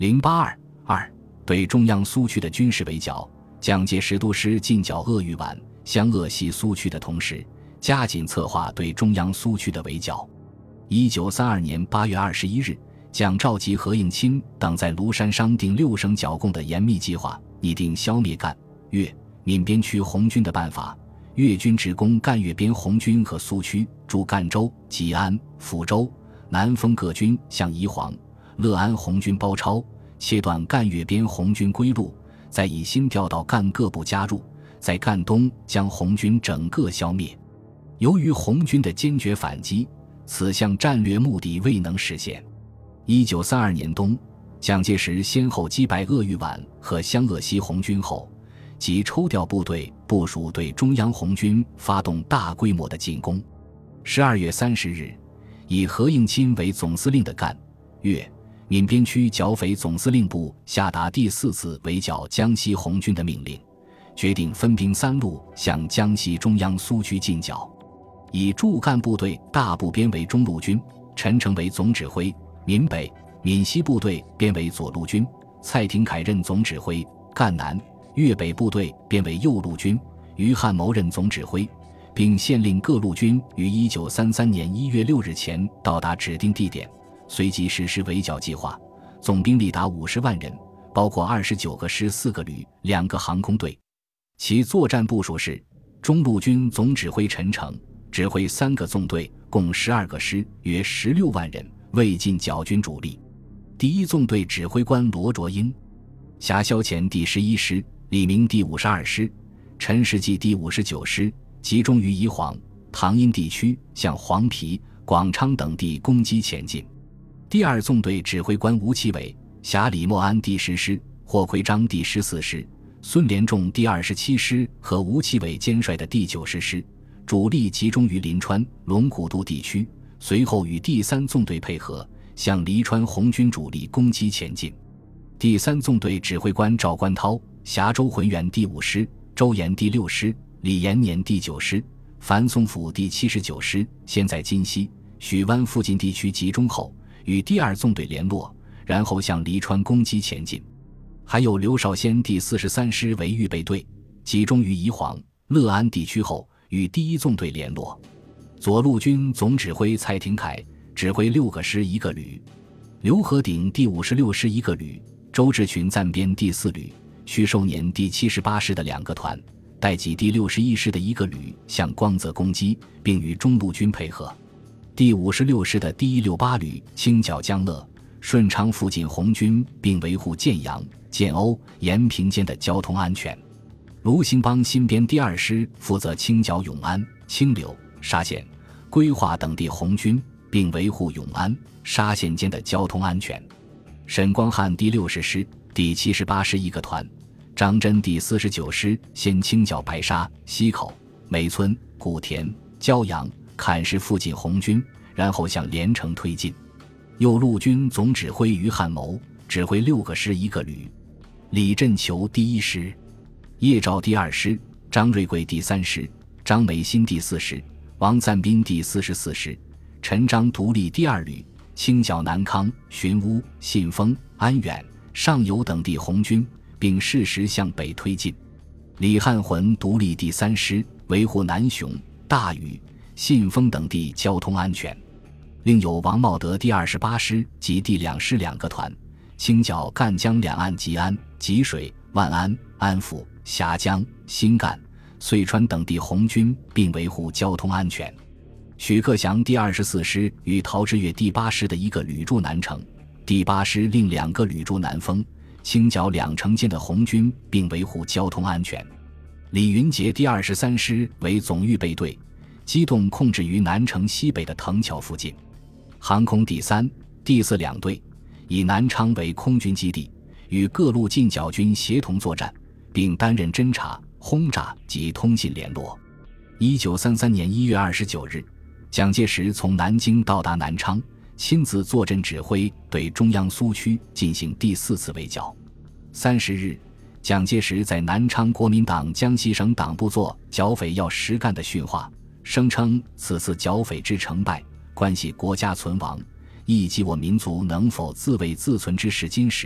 082-2对中央苏区的军事围剿，蒋介石督师进剿鄂豫皖、湘鄂西苏区的同时，加紧策划对中央苏区的围剿。1932年8月21日，蒋召集何应钦等在庐山商定6省剿共的严密计划，拟定消灭赣、粤、闽边区红军的办法。粤军直攻赣粤边红军和苏区，驻赣州、吉安、福州；南丰各军向宜黄、乐安红军包抄，切断赣粤边红军归路，再以新调到赣各部加入，在赣东将红军整个消灭。由于红军的坚决反击，此项战略目的未能实现。1932年冬，蒋介石先后击败鄂豫皖和湘鄂西红军后，即抽调部队部署对中央红军发动大规模的进攻。12月30日，以何应钦为总司令的赣、粤、闽边区剿匪总司令部下达第4次围剿江西红军的命令，决定分兵3路向江西中央苏区进剿。以驻赣部队大部编为中路军，陈诚为总指挥；闽北、闽西部队编为左路军，蔡廷锴任总指挥；赣南、粤北部队编为右路军，于汉谋任总指挥，并限令各路军于1933年1月6日前到达指定地点，随即实施围剿计划，总兵力达50万人，包括29个师4个旅2个航空队。其作战部署是：中路军总指挥陈诚指挥3个纵队，共12个师，约16万人，为进剿军主力。第一纵队指挥官罗卓英，辖萧前第11师、李明第52师、陈世济第59师，集中于宜黄、唐阴地区，向黄陂、广昌等地攻击前进。第二纵队指挥官吴其伟，辖李默安第10师、霍奎章第14师、孙连仲第27师和吴其伟兼率的第90师，主力集中于临川、龙虎渡地区，随后与第3纵队配合，向黎川红军主力攻击前进。第3纵队指挥官赵观涛，辖周浑元第5师、周延第6师、李延年第9师、樊松甫第79师，先在金溪、许湾附近地区集中后，与第2纵队联络，然后向黎川攻击前进。还有刘少先第43师为预备队，集中于宜黄、乐安地区后，与第1纵队联络。左路军总指挥蔡廷锴指挥6个师1个旅，刘和鼎第56师1个旅，周志群暂编第4旅，徐寿年第78师的2个团，代给第61师的1个旅向光泽攻击，并与中路军配合。第56师的第168旅清剿江乐、顺昌附近红军，并维护建阳、建瓯、延平间的交通安全。卢兴邦新编第2师负责清剿永安、清柳、沙县、归化等地红军，并维护永安、沙县间的交通安全。沈光汉第60师、第78师1个团，张真第49师先清剿白沙、溪口、梅村、古田、焦阳、坎市附近红军，然后向连城推进。右路军总指挥于汉谋指挥6个师1个旅，李振球第1师、叶兆第2师、张瑞贵第3师、张美新第4师、王赞斌第44师、陈章独立第2旅，清剿南康、寻乌、信丰、安远、上游等地红军，并适时向北推进。李汉魂独立第3师，维护南雄、大禹、信丰等地交通安全。另有王茂德第28师及第2师2个团，清剿赣江两岸吉安、吉水、万安、安抚、峡江、新赣、遂川等地红军，并维护交通安全。许克祥第24师与陶之岳第8师的1个旅驻南城，第8师另2个旅驻南丰，清剿两城间的红军，并维护交通安全。李云杰第23师为总预备队，机动控制于南城西北的藤桥附近。航空第3、第4两队以南昌为空军基地，与各路进剿军协同作战，并担任侦察、轰炸及通信联络。1933年1月29日，蒋介石从南京到达南昌，亲自坐镇指挥对中央苏区进行第4次围剿。30日，蒋介石在南昌国民党江西省党部作剿匪要实干的训话，声称此次剿匪之成败，关系国家存亡，亦及我民族能否自卫自存之试金石，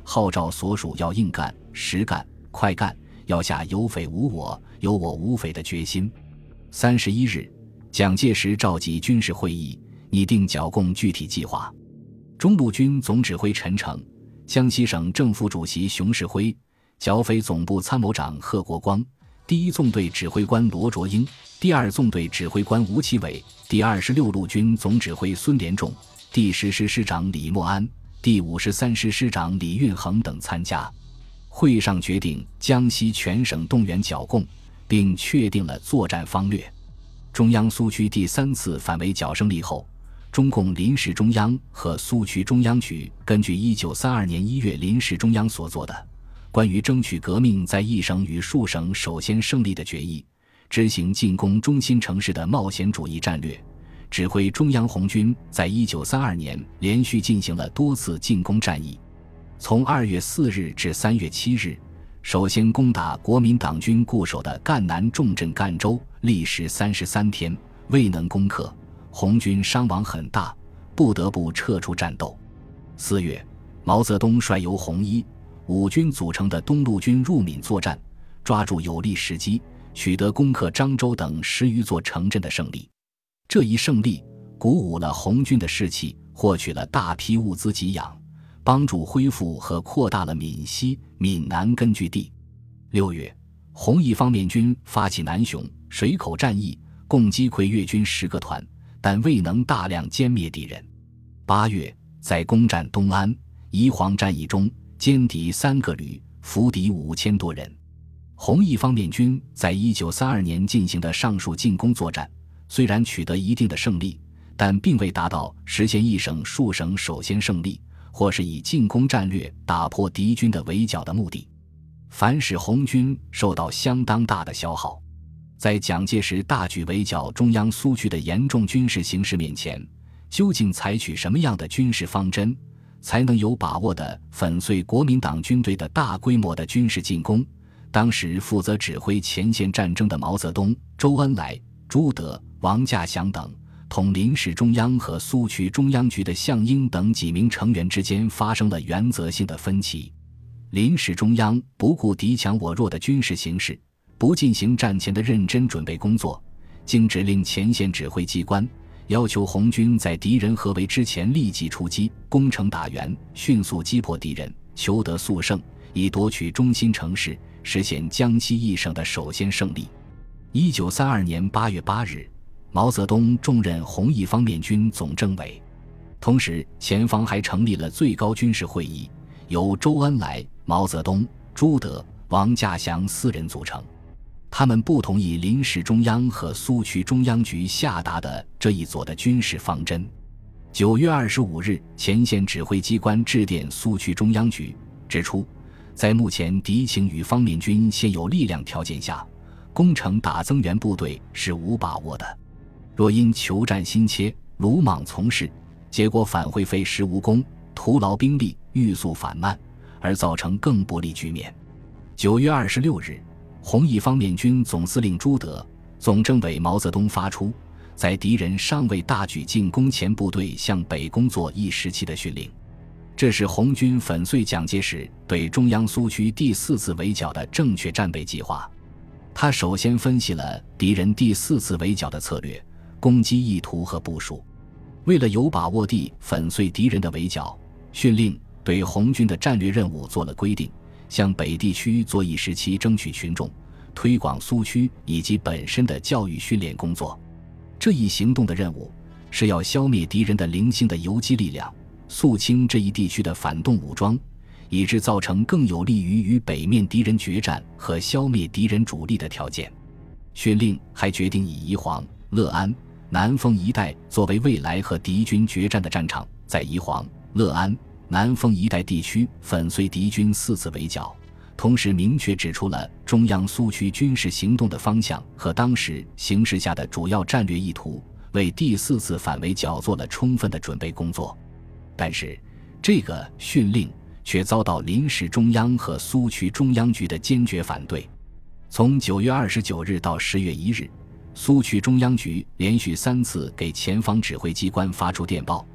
号召所属要硬干、实干、快干，要下有匪无我、有我无匪的决心。31日，蒋介石召集军事会议，拟定剿共具体计划。中路军总指挥陈诚、江西省政府主席熊式辉、剿匪总部参谋长贺国光、第一纵队指挥官罗卓英、第二纵队指挥官吴其伟、第26路军总指挥孙连仲、第10师师长李默安、第53师师长李运衡等参加。会上决定江西全省动员剿共，并确定了作战方略。中央苏区第3次反围剿胜利后，中共临时中央和苏区中央局根据1932年1月临时中央所做的关于争取革命在一省与数省首先胜利的决议，执行进攻中心城市的冒险主义战略，指挥中央红军在1932年连续进行了多次进攻战役。从2月4日至3月7日，首先攻打国民党军固守的赣南重镇赣州，历时33天，未能攻克，红军伤亡很大，不得不撤出战斗。4月，毛泽东率由红一、五军组成的东路军入闽作战，抓住有利时机，取得攻克漳州等10余座城镇的胜利。这一胜利鼓舞了红军的士气，获取了大批物资给养，帮助恢复和扩大了闽西、闽南根据地。6月，红一方面军发起南雄、水口战役，共击溃粤军10个团，但未能大量歼灭敌人。8月，在攻占东安、宜黄战役中，歼敌3个旅，俘敌5000多人。红一方面军在1932年进行的上述进攻作战，虽然取得一定的胜利，但并未达到实现一省数省首先胜利，或是以进攻战略打破敌军的围剿的目的，反使红军受到相当大的消耗。在蒋介石大举围剿中央苏区的严重军事形势面前，究竟采取什么样的军事方针，才能有把握地粉碎国民党军队的大规模的军事进攻？当时负责指挥前线战争的毛泽东、周恩来、朱德、王稼祥等，同临时中央和苏区中央局的项英等几名成员之间发生了原则性的分歧。临时中央不顾敌强我弱的军事形势，不进行战前的认真准备工作，经指令前线指挥机关，要求红军在敌人合围之前立即出击，攻城打援，迅速击破敌人，求得速胜，以夺取中心城市，实现江西一省的首先胜利。1932年8月8日，毛泽东重任红一方面军总政委，同时前方还成立了最高军事会议，由周恩来、毛泽东、朱德、王稼祥4人组成。他们不同意临时中央和苏区中央局下达的这一组的军事方针。9月25日，前线指挥机关致电苏区中央局，指出在目前敌情与方面军现有力量条件下，攻城打增援部队是无把握的。若因求战心切、鲁莽从事，结果反会费时无功，徒劳兵力，欲速反慢，而造成更不利局面。9月26日，红一方面军总司令朱德、总政委毛泽东发出在敌人尚未大举进攻前，部队向北工作一时期的训令。这是红军粉碎蒋介石对中央苏区第4次围剿的正确战备计划。他首先分析了敌人第4次围剿的策略、攻击意图和部署。为了有把握地粉碎敌人的围剿，训令对红军的战略任务做了规定，向北地区做一时期争取群众，推广苏区以及本身的教育训练工作。这一行动的任务是要消灭敌人的零星的游击力量，肃清这一地区的反动武装，以致造成更有利于与北面敌人决战和消灭敌人主力的条件。训令还决定以宜黄、乐安、南丰一带作为未来和敌军决战的战场，在宜黄、乐安、南丰一带地区粉碎敌军4次围剿，同时明确指出了中央苏区军事行动的方向和当时形势下的主要战略意图，为第4次反围剿做了充分的准备工作。但是这个训令却遭到临时中央和苏区中央局的坚决反对。从9月29日到10月1日，苏区中央局连续3次给前方指挥机关发出电报，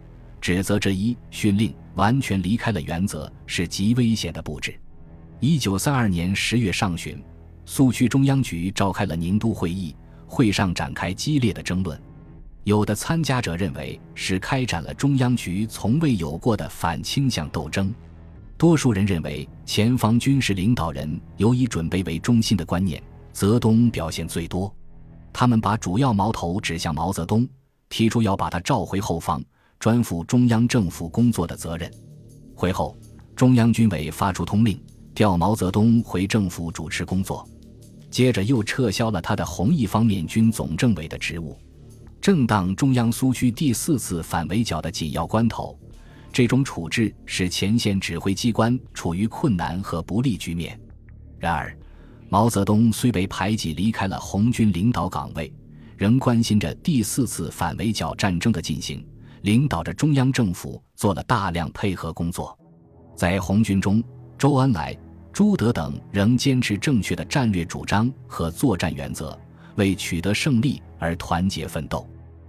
指责之一，训令完全离开了原则，是极危险的布置。1932年10月上旬，苏区中央局召开了宁都会议，会上展开激烈的争论。有的参加者认为是开展了中央局从未有过的反倾向斗争，多数人认为前方军事领导人有以准备为中心的观念，泽东表现最多。他们把主要矛头指向毛泽东，提出要把他召回后方，专负中央政府工作的责任。会后，中央军委发出通令，调毛泽东回政府主持工作，接着又撤销了他的红一方面军总政委的职务。正当中央苏区第4次反围剿的紧要关头，这种处置使前线指挥机关处于困难和不利局面。然而，毛泽东虽被排挤离开了红军领导岗位，仍关心着第4次反围剿战争的进行，领导着中央政府做了大量配合工作。在红军中，周恩来、朱德等仍坚持正确的战略主张和作战原则，为取得胜利而团结奋斗。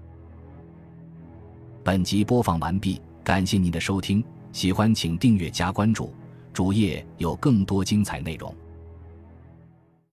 本集播放完毕，感谢您的收听，喜欢请订阅加关注，主页有更多精彩内容。